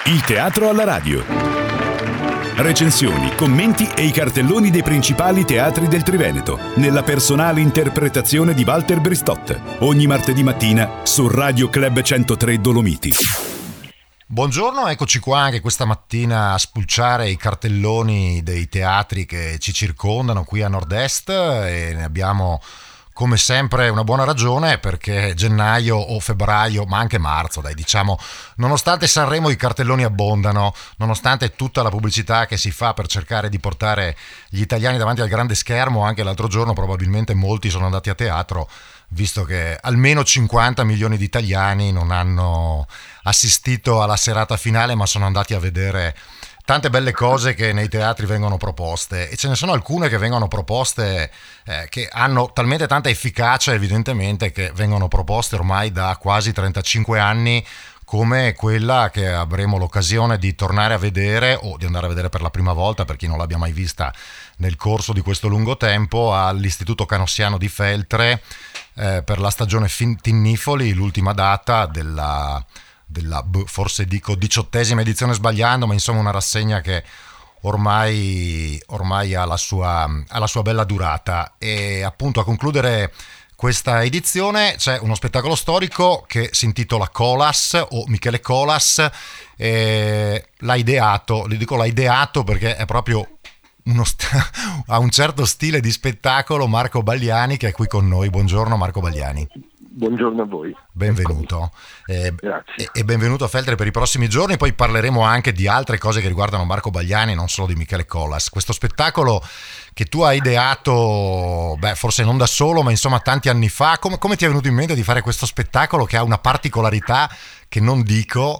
Il teatro alla radio. Recensioni, commenti e i cartelloni dei principali teatri del Triveneto, nella personale interpretazione di Walter Bristotte. Ogni martedì mattina su Radio Club 103 Dolomiti. Buongiorno, eccoci qua anche questa mattina a spulciare i cartelloni dei teatri che ci circondano qui a Nord-Est, e ne abbiamo come sempre una buona ragione, perché gennaio o febbraio, ma anche marzo, diciamo, nonostante Sanremo i cartelloni abbondano, nonostante tutta la pubblicità che si fa per cercare di portare gli italiani davanti al grande schermo, anche l'altro giorno probabilmente molti sono andati a teatro, visto che almeno 50 milioni di italiani non hanno assistito alla serata finale, ma sono andati a vedere tante belle cose che nei teatri vengono proposte, e ce ne sono alcune che vengono proposte che hanno talmente tanta efficacia, evidentemente, che vengono proposte ormai da quasi 35 anni, come quella che avremo l'occasione di tornare a vedere, o di andare a vedere per la prima volta per chi non l'abbia mai vista nel corso di questo lungo tempo, all'Istituto Canossiano di Feltre per la stagione Tinnifoli, l'ultima data della forse dico 18ª edizione sbagliando, ma insomma una rassegna che ormai ha la sua bella durata. E appunto a concludere questa edizione c'è uno spettacolo storico che si intitola Colas, o Michele Colas, l'ha ideato perché è proprio ha un certo stile di spettacolo Marco Bagliani, che è qui con noi. Buongiorno Marco Bagliani. Buongiorno a voi. Benvenuto. Grazie. E benvenuto a Feltre per i prossimi giorni. Poi parleremo anche di altre cose che riguardano Marco Bagliani, non solo di Michele Colas. Questo spettacolo che tu hai ideato, forse non da solo, ma insomma tanti anni fa. Come ti è venuto in mente di fare questo spettacolo che ha una particolarità che non dico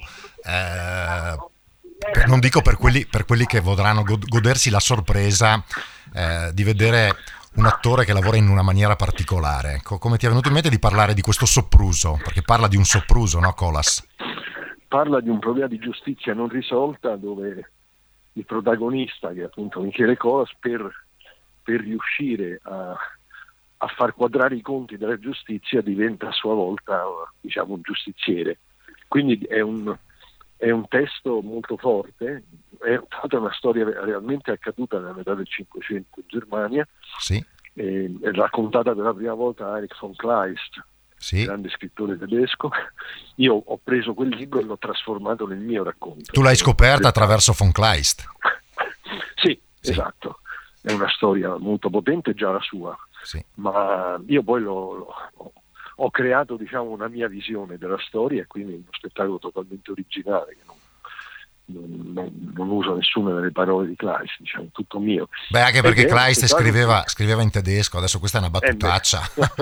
per quelli che vorranno godersi la sorpresa di vedere un attore che lavora in una maniera particolare? Come ti è venuto in mente di parlare di questo sopruso? Perché parla di un sopruso, no, Colas? Parla di un problema di giustizia non risolta, dove il protagonista, che è appunto Michele Colas, per riuscire a far quadrare i conti della giustizia, diventa a sua volta, diciamo, un giustiziere. Quindi è un testo molto forte. È stata una storia realmente accaduta nella metà del Cinquecento in Germania, sì. È raccontata per la prima volta da Erich von Kleist, sì. Grande scrittore tedesco. Io ho preso quel libro e l'ho trasformato nel mio racconto. Tu l'hai scoperta attraverso von Kleist? Sì, esatto. È una storia molto potente, già la sua, sì. Ma io poi ho creato, diciamo, una mia visione della storia, e quindi uno spettacolo totalmente originale, che non uso nessuna delle parole di Kleist, diciamo, tutto mio. Anche perché Kleist scriveva in tedesco, adesso questa è una battutaccia.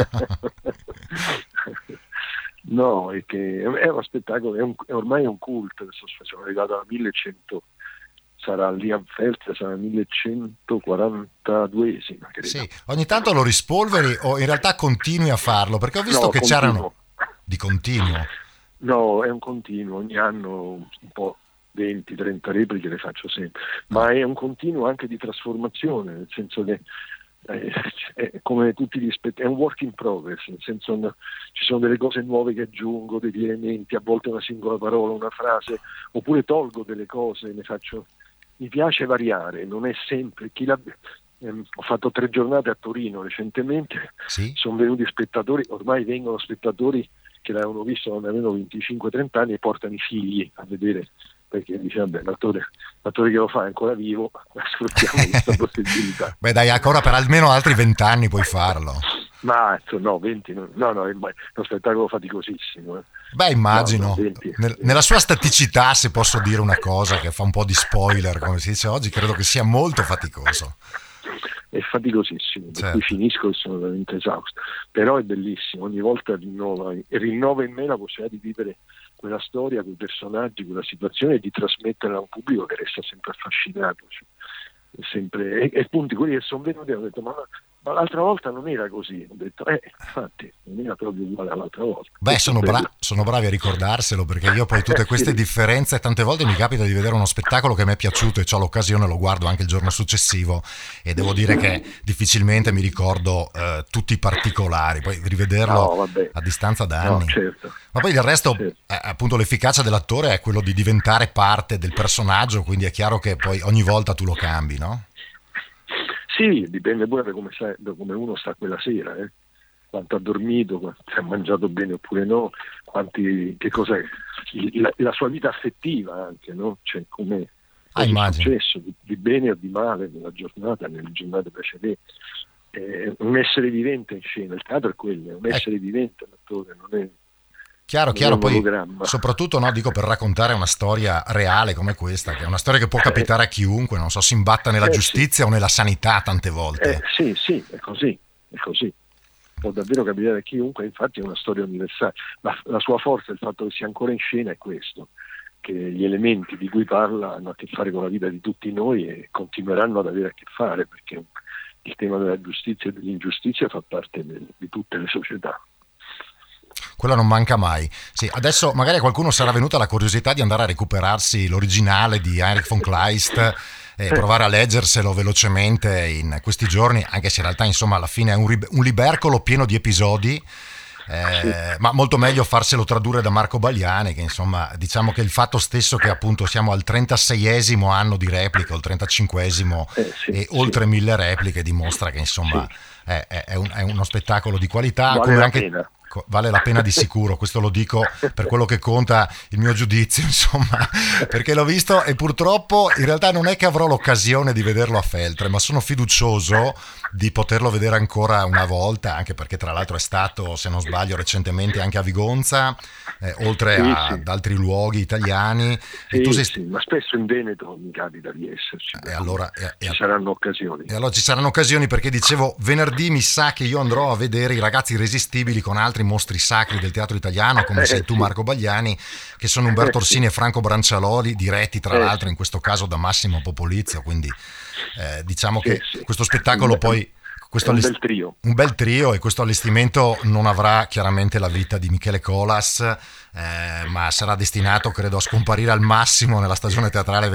No, è che è uno spettacolo, è ormai un cult. Adesso sono arrivato a 1100, sarà lì a Feltre, sarà 1142esima, credo. Sì, ogni tanto lo rispolveri o in realtà continui a farlo? Perché ho visto che continuo. c'erano di continuo. No, è un continuo, ogni anno un po', 20-30 repliche le faccio sempre, ma è un continuo anche di trasformazione, nel senso che è come tutti gli spettacoli, è un work in progress, nel senso ci sono delle cose nuove che aggiungo, degli elementi, a volte una singola parola, una frase, oppure tolgo delle cose, mi piace variare, non è sempre ho fatto 3 giornate a Torino recentemente, sì. Sono venuti spettatori, ormai vengono spettatori che l'avevano visto quando avevano 25-30 anni e portano i figli a vedere, perché dice vabbè, l'attore che lo fa è ancora vivo, sfruttiamo questa possibilità. Dai, ancora per almeno altri 20 anni puoi farlo. Ma no, 20 no, è uno spettacolo faticosissimo. Immagino. No, nella sua staticità, se posso dire una cosa che fa un po' di spoiler, come si dice oggi, credo che sia molto faticoso. È faticosissimo, certo. Per cui finisco e sono veramente esausto, però è bellissimo, ogni volta rinnova in me la possibilità di vivere quella storia, quei personaggi, quella situazione, e di trasmetterla a un pubblico che resta sempre affascinato, sempre. E appunto quelli che sono venuti hanno detto: ma ma l'altra volta non era così. Ho detto, infatti, non era proprio uguale all'altra volta. Beh, sono bravi a ricordarselo, perché io poi tutte queste Sì. differenze, tante volte mi capita di vedere uno spettacolo che mi è piaciuto e ho l'occasione, lo guardo anche il giorno successivo e devo dire che difficilmente mi ricordo tutti i particolari, poi rivederlo No, vabbè. a distanza d'anni. No, certo. Ma poi del resto, Certo. appunto, l'efficacia dell'attore è quello di diventare parte del personaggio, quindi è chiaro che poi ogni volta tu lo cambi, no? Sì, dipende pure da come uno sta quella sera, quanto ha dormito, quanto ha mangiato bene oppure no, che cos'è, la sua vita affettiva anche, no? Cioè come è Immagino. successo, di bene o di male nella giornata, nelle giornate precedenti. È un essere vivente in scena, il teatro è quello, è un essere vivente, l'attore non è... Chiaro, un poi ologramma. soprattutto no, dico per raccontare una storia reale come questa, che è una storia che può capitare a chiunque, non so, si imbatta nella giustizia o nella sanità tante volte. Sì, è così. Può davvero capitare a chiunque, infatti è una storia universale. La sua forza, il fatto che sia ancora in scena è questo, che gli elementi di cui parla hanno a che fare con la vita di tutti noi e continueranno ad avere a che fare, perché il tema della giustizia e dell'ingiustizia fa parte di tutte le società. Quella non manca mai. Sì, adesso magari a qualcuno sarà venuta la curiosità di andare a recuperarsi l'originale di Heinrich von Kleist e provare a leggerselo velocemente in questi giorni, anche se in realtà insomma alla fine è un libercolo pieno di episodi, ma molto meglio farselo tradurre da Marco Bagliani, che insomma diciamo che il fatto stesso che appunto siamo al 36esimo anno di replica o il 35esimo e oltre 1000 repliche dimostra che insomma è uno spettacolo di qualità, vale come la anche pena. Vale la pena di sicuro, questo lo dico per quello che conta il mio giudizio, insomma, perché l'ho visto e purtroppo in realtà non è che avrò l'occasione di vederlo a Feltre, ma sono fiducioso di poterlo vedere ancora una volta, anche perché tra l'altro è stato, se non sbaglio, recentemente anche a Vigonza, oltre ad altri luoghi italiani. Sì, e tu ma spesso in Veneto mi capita di esserci, ci saranno occasioni. E allora ci saranno occasioni, perché dicevo, venerdì mi sa che io andrò a vedere I Ragazzi Irresistibili con altri mostri sacri del teatro italiano, come sei tu Marco Bagliani, che sono Umberto Orsini e Franco Brancialoli, diretti tra l'altro in questo caso da Massimo Popolizio, quindi diciamo che questo spettacolo poi... Un bel trio, e questo allestimento non avrà chiaramente la vita di Michele Colas, ma sarà destinato credo a scomparire al massimo nella stagione teatrale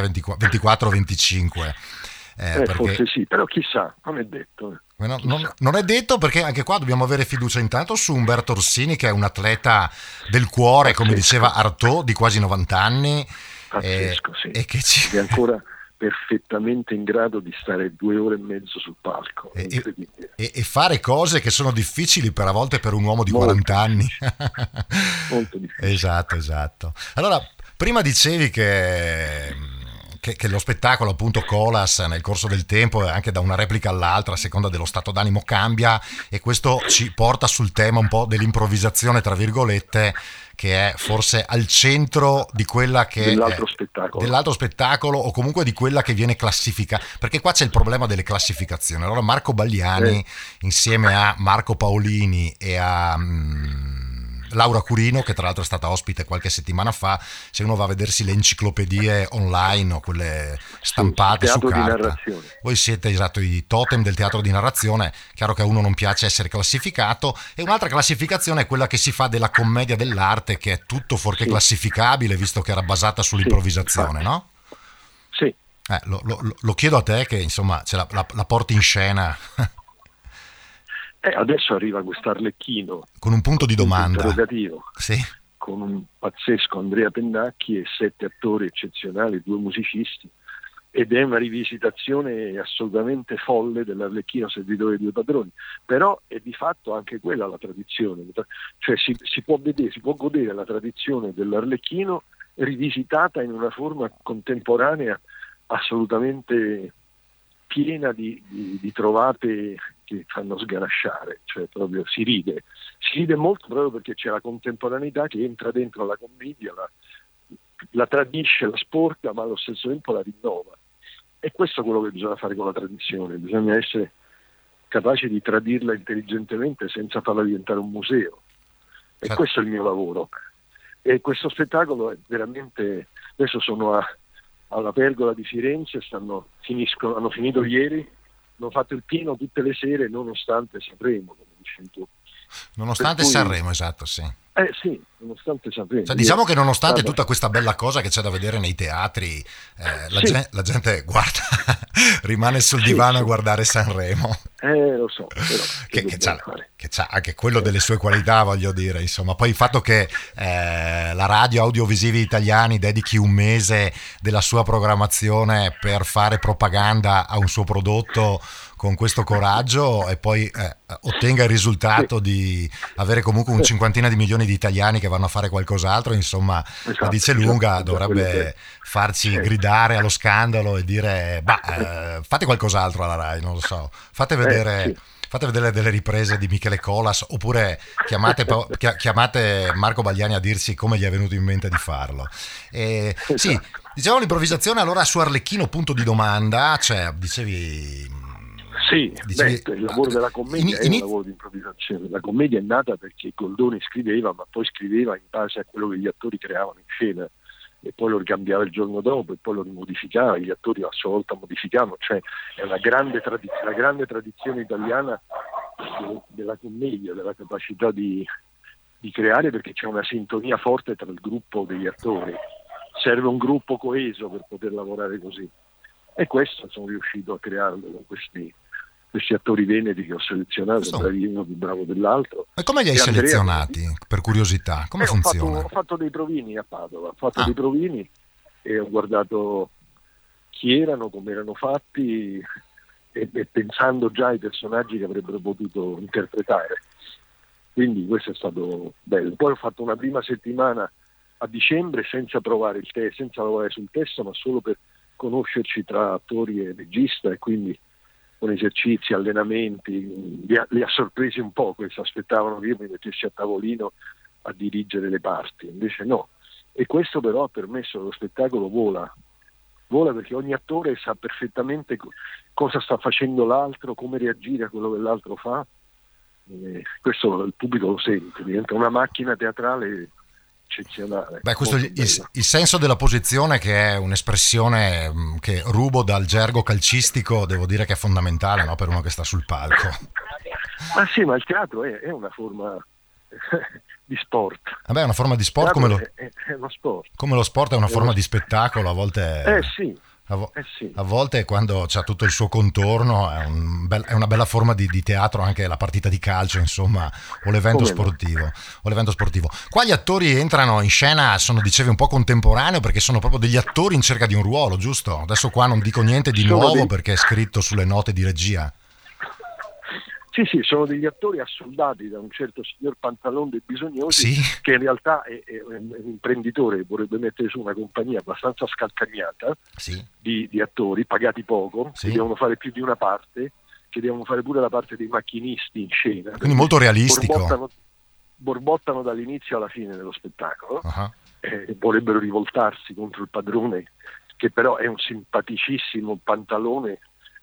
23-24-25. Forse sì, però chissà, non è detto. Non è detto, perché anche qua dobbiamo avere fiducia intanto su Umberto Orsini, che è un atleta del cuore, come diceva Artaud, di quasi 90 anni. Pazzesco, sì. E che è ancora perfettamente in grado di stare 2 ore e mezzo sul palco, e fare cose che sono difficili a volte per un uomo di 40 anni. Molto difficile. Esatto. Allora, prima dicevi che lo spettacolo, appunto, Colas nel corso del tempo, anche da una replica all'altra, a seconda dello stato d'animo, cambia, e questo ci porta sul tema un po' dell'improvvisazione, tra virgolette, che è forse al centro di quella che dell'altro spettacolo, o comunque di quella che viene classificata, perché qua c'è il problema delle classificazioni. Allora Marco Bagliani insieme a Marco Paolini e a Laura Curino, che tra l'altro è stata ospite qualche settimana fa, se uno va a vedersi le enciclopedie online o quelle stampate su carta, voi siete i totem del teatro di narrazione. Chiaro che a uno non piace essere classificato, e un'altra classificazione è quella che si fa della commedia dell'arte, che è tutto fuorché classificabile, visto che era basata sull'improvvisazione, no? Sì. Lo chiedo a te, che insomma ce la porti in scena. Adesso arriva questo Arlecchino con un punto di domanda interrogativo, sì, con un pazzesco Andrea Pennacchi e 7 attori eccezionali, 2 musicisti, ed è una rivisitazione assolutamente folle dell'Arlecchino servitore di 2 padroni, però è di fatto anche quella la tradizione, cioè si può godere la tradizione dell'Arlecchino rivisitata in una forma contemporanea assolutamente piena di trovate che fanno sganasciare, cioè proprio si ride molto, proprio perché c'è la contemporaneità che entra dentro la commedia, la tradisce, la sporca, ma allo stesso tempo la rinnova. E questo è quello che bisogna fare con la tradizione, bisogna essere capaci di tradirla intelligentemente senza farla diventare un museo. E questo è il mio lavoro. E questo spettacolo è veramente... Adesso sono alla Pergola di Firenze, hanno finito ieri, hanno fatto il pieno tutte le sere nonostante Sanremo, come dicevi tu. Nonostante Per cui- Sanremo, esatto, sì. Sì, nonostante Sanremo. Cioè, diciamo che nonostante Guarda, tutta questa bella cosa che c'è da vedere nei teatri, sì. la gente guarda, rimane sul Sì, divano sì. a guardare Sanremo. Lo so, però Che dobbiamo c'ha, fare? che c'ha anche quello delle sue qualità, voglio dire, insomma. Poi il fatto che la radio audiovisivi italiani dedichi un mese della sua programmazione per fare propaganda a un suo prodotto con questo coraggio e poi ottenga il risultato di avere comunque un cinquantina di milioni di italiani che vanno a fare qualcos'altro, insomma, la Esatto, dice lunga, esatto, quello dovrebbe che- farci eh, gridare allo scandalo e dire, fate qualcos'altro alla Rai, non lo so, fate vedere... sì. Fate vedere delle riprese di Michele Colas oppure chiamate Marco Bagliani a dirci come gli è venuto in mente di farlo. Sì, Esatto. diciamo l'improvvisazione, allora su Arlecchino punto di domanda, cioè dicevi... Sì, dicevi il lavoro della commedia è un lavoro di improvvisazione. La commedia è nata perché Goldoni scriveva, ma poi scriveva in base a quello che gli attori creavano in scena e poi lo ricambiava il giorno dopo e poi lo rimodificava, gli attori a sua volta modificavano, cioè è una grande la grande tradizione italiana della commedia, della capacità di creare, perché c'è una sintonia forte tra il gruppo degli attori, serve un gruppo coeso per poter lavorare così, e questo sono riuscito a crearlo con questi attori veneti che ho selezionato, Questo- uno più bravo dell'altro. E come li hai E Andrea- selezionati, per curiosità? Come funziona? Ho fatto dei provini a Padova, dei provini e ho guardato chi erano, come erano fatti e pensando già ai personaggi che avrebbero potuto interpretare. Quindi questo è stato bello. Poi ho fatto una prima settimana a dicembre senza provare senza lavorare sul testo, ma solo per conoscerci tra attori e regista, e quindi con esercizi, allenamenti, li ha sorpresi un po', si aspettavano che io mi mettessi a tavolino a dirigere le parti, invece no. E questo però ha permesso che lo spettacolo vola perché ogni attore sa perfettamente cosa sta facendo l'altro, come reagire a quello che l'altro fa. Questo il pubblico lo sente, diventa una macchina teatrale eccezionale. Beh, questo molto bello. il senso della posizione, che è un'espressione che rubo dal gergo calcistico, devo dire che è fondamentale, no, per uno che sta sul palco. Ma sì, ma il teatro è una forma di sport. Vabbè, è una forma di sport È uno sport. come lo sport è una forma di spettacolo, a volte... Sì. Sì. A volte, quando c'ha tutto il suo contorno, è una bella forma di teatro anche la partita di calcio, insomma, o l'evento sportivo. Qua gli attori entrano in scena, dicevi, un po' contemporaneo, perché sono proprio degli attori in cerca di un ruolo, giusto? Adesso qua non dico niente di nuovo perché è scritto sulle note di regia. Sì, sono degli attori assoldati da un certo signor Pantalone dei Bisognosi, che in realtà è un imprenditore che vorrebbe mettere su una compagnia abbastanza scalcagnata di attori, pagati poco, che devono fare più di una parte, che devono fare pure la parte dei macchinisti in scena. Quindi molto realistico. Borbottano dall'inizio alla fine dello spettacolo, vorrebbero rivoltarsi contro il padrone, che però è un simpaticissimo Pantalone,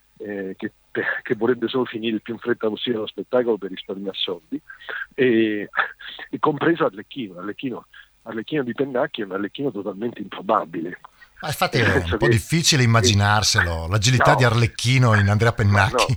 che vorrebbe solo finire il più in fretta possibile lo spettacolo per risparmiare soldi, e compreso Arlecchino di Pennacchi è un Arlecchino totalmente improbabile. Ma infatti è un po' difficile immaginarselo, l'agilità di Arlecchino in Andrea Pennacchi.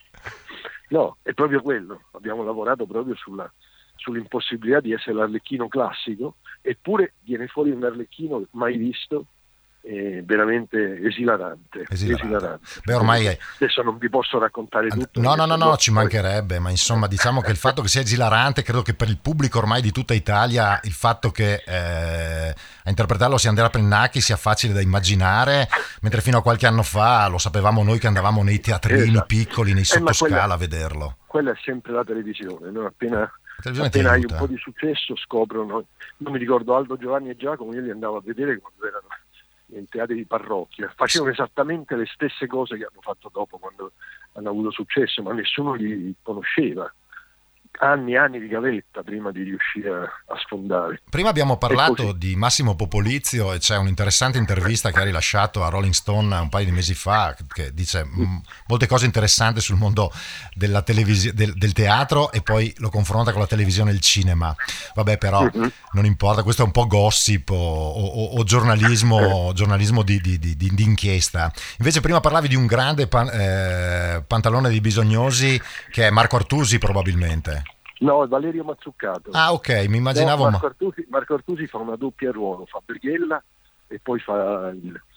No, è proprio quello. Abbiamo lavorato proprio sull'impossibilità di essere l'Arlecchino classico, eppure viene fuori un Arlecchino mai visto, veramente esilarante. Beh, ormai adesso non vi posso raccontare tutto. No, ci mancherebbe, ma insomma, diciamo che il fatto che sia esilarante, credo che per il pubblico ormai di tutta Italia il fatto che a interpretarlo sia Andrea Pennacchi sia facile da immaginare, mentre fino a qualche anno fa lo sapevamo noi che andavamo nei teatrini piccoli, nei sottoscala a vederlo. Quella è sempre la televisione, no? Appena hai un po' di successo scoprono. Non mi ricordo Aldo, Giovanni e Giacomo, io li andavo a vedere quando erano in teatri di parrocchia, facevano esattamente le stesse cose che hanno fatto dopo quando hanno avuto successo, ma nessuno li conosceva. anni e anni di gavetta prima di riuscire a sfondare. Prima abbiamo parlato di Massimo Popolizio e c'è un'interessante intervista che ha rilasciato a Rolling Stone un paio di mesi fa che dice molte cose interessanti sul mondo della del teatro, e poi lo confronta con la televisione e il cinema. Vabbè, però non importa, questo è un po' gossip o giornalismo di inchiesta. Invece prima parlavi di un grande pantalone di bisognosi che è Marco Artusi, probabilmente. No, è Valerio Mazzuccato. Ah, ok, mi immaginavo. No, Marco Artusi fa una doppia ruolo, fa Brighella e poi fa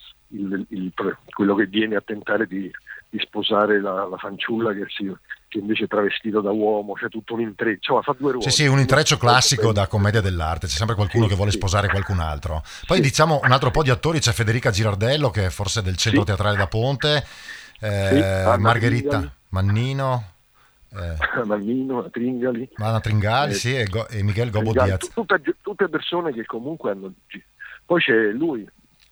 quello che viene a tentare di sposare la fanciulla che invece è travestito da uomo, c'è tutto un intreccio, fa due ruoli. Sì, un intreccio classico da commedia dell'arte, c'è sempre qualcuno che vuole sposare qualcun altro. Poi diciamo un altro po' di attori, c'è Federica Girardello che è forse del Centro Teatrale da Ponte, Margherita Mannino, Mannino, Tringali, Anna Tringali, e Miguel Gobo Diaz. Tutte persone che comunque hanno. Poi c'è lui,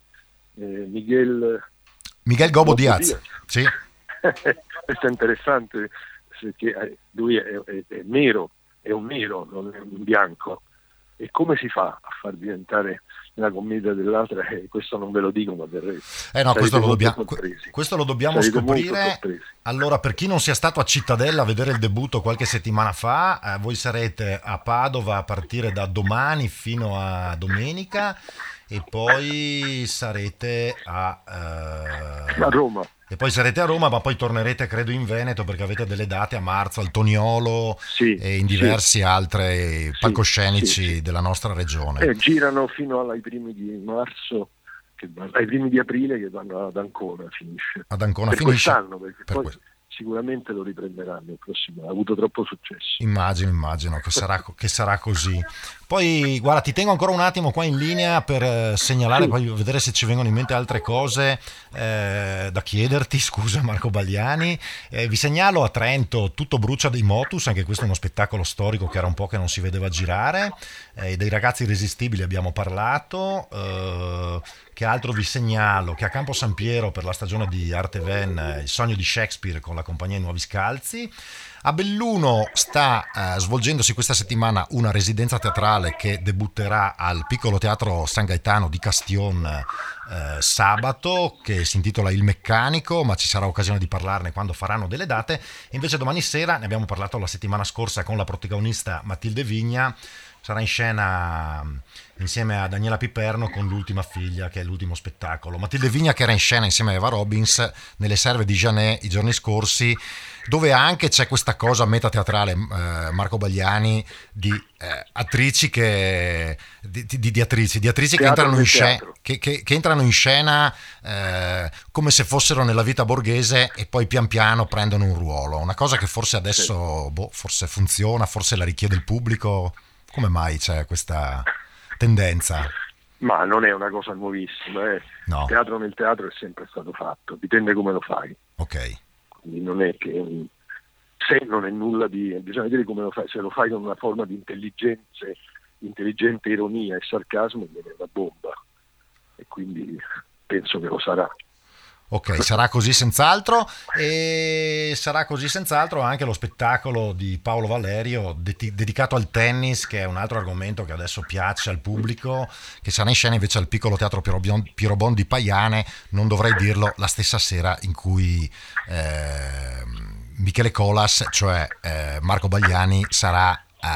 Miguel Gobo Diaz. Sì. Questo è interessante perché lui è nero, è un nero, non è un bianco. E come si fa a far diventare la commedia dell'altra? Questo non ve lo dico, ma del resto. No, questo lo dobbiamo scoprire. Allora, per chi non sia stato a Cittadella a vedere il debutto qualche settimana fa, voi sarete a Padova a partire da domani fino a domenica, e poi sarete a Roma. E poi sarete a Roma, ma poi tornerete credo in Veneto, perché avete delle date a marzo al Toniolo e in diversi altri palcoscenici della nostra regione. Girano fino ai primi di marzo, ai primi di aprile, che vanno ad Ancona, finisce. Ad Ancona per finisce. Quest'anno, perché poi sicuramente lo riprenderanno il prossimo, ha avuto troppo successo. Immagino che sarà così. Poi guarda, ti tengo ancora un attimo qua in linea per segnalare, poi vedere se ci vengono in mente altre cose da chiederti. Scusa Marco Bagliani, vi segnalo a Trento Tutto brucia dei Motus, anche questo è uno spettacolo storico che era un po' che non si vedeva girare, dei ragazzi irresistibili abbiamo parlato. Che altro vi segnalo? Che a Campo San Piero per la stagione di Arteven Il sogno di Shakespeare con la compagnia I Nuovi Scalzi. A Belluno sta svolgendosi questa settimana una residenza teatrale che debutterà al Piccolo Teatro San Gaetano di Castion sabato, che si intitola Il Meccanico, ma ci sarà occasione di parlarne quando faranno delle date. E invece domani sera, ne abbiamo parlato la settimana scorsa con la protagonista Matilde Vigna, sarà in scena insieme a Daniela Piperno con L'ultima figlia, che è l'ultimo spettacolo. Matilde Vigna che era in scena insieme a Eva Robbins nelle serve di Janet i giorni scorsi, dove anche c'è questa cosa metateatrale, Marco Bagliani, di attrici che entrano in scena, che entrano in scena come se fossero nella vita borghese e poi pian piano prendono un ruolo, una cosa che forse adesso forse funziona, forse la richiede il pubblico. Come mai c'è questa tendenza? Ma non è una cosa nuovissima, No. Il teatro nel teatro è sempre stato fatto, dipende come lo fai. Ok. Quindi non è che se non è nulla bisogna vedere come lo fai. Se lo fai con una forma di intelligente ironia e sarcasmo, viene una bomba, e quindi penso che lo sarà. Ok, sarà così senz'altro, e sarà così senz'altro anche lo spettacolo di Paolo Valerio dedicato al tennis, che è un altro argomento che adesso piace al pubblico, che sarà in scena invece al Piccolo Teatro Piero Bon di Paiane, non dovrei dirlo, la stessa sera in cui Michele Colas, cioè Marco Bagliani, sarà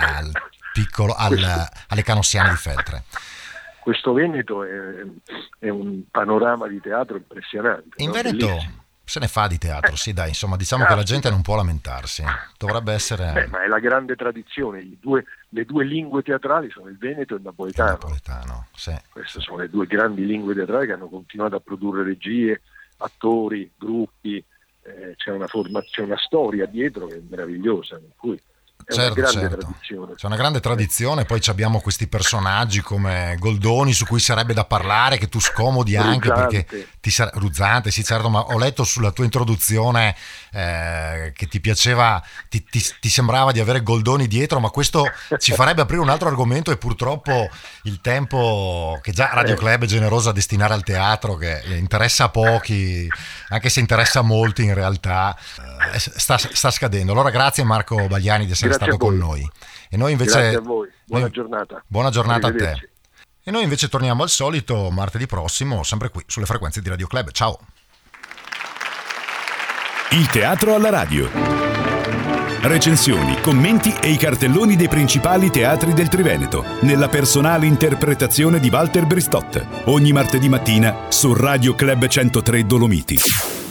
alle Canossiane di Feltre. Questo Veneto è un panorama di teatro impressionante. In no? Veneto Bellissimo. se ne fa di teatro, sì dai, insomma diciamo che la gente non può lamentarsi, dovrebbe essere... ma è la grande tradizione, le due lingue teatrali sono il Veneto e il napoletano. Sì. Queste sono le due grandi lingue teatrali che hanno continuato a produrre regie, attori, gruppi, c'è una storia dietro che è meravigliosa, in cui Certo. Tradizione. C'è una grande tradizione, poi abbiamo questi personaggi come Goldoni su cui sarebbe da parlare, che tu scomodi anche Ruzzante. perché Ruzzante, sì certo, ma ho letto sulla tua introduzione che ti piaceva, ti sembrava di avere Goldoni dietro, ma questo ci farebbe aprire un altro argomento, e purtroppo il tempo che già Radio Club è generoso a destinare al teatro, che interessa a pochi, anche se interessa a molti in realtà, sta scadendo. Allora grazie Marco Bagliani di essere stato con noi. E noi invece, grazie a voi, buona giornata. Buona giornata a te. E noi invece torniamo al solito martedì prossimo, sempre qui sulle frequenze di Radio Club. Ciao. Il teatro alla radio. Recensioni, commenti e i cartelloni dei principali teatri del Triveneto, nella personale interpretazione di Walter Bristotte. Ogni martedì mattina su Radio Club 103 Dolomiti.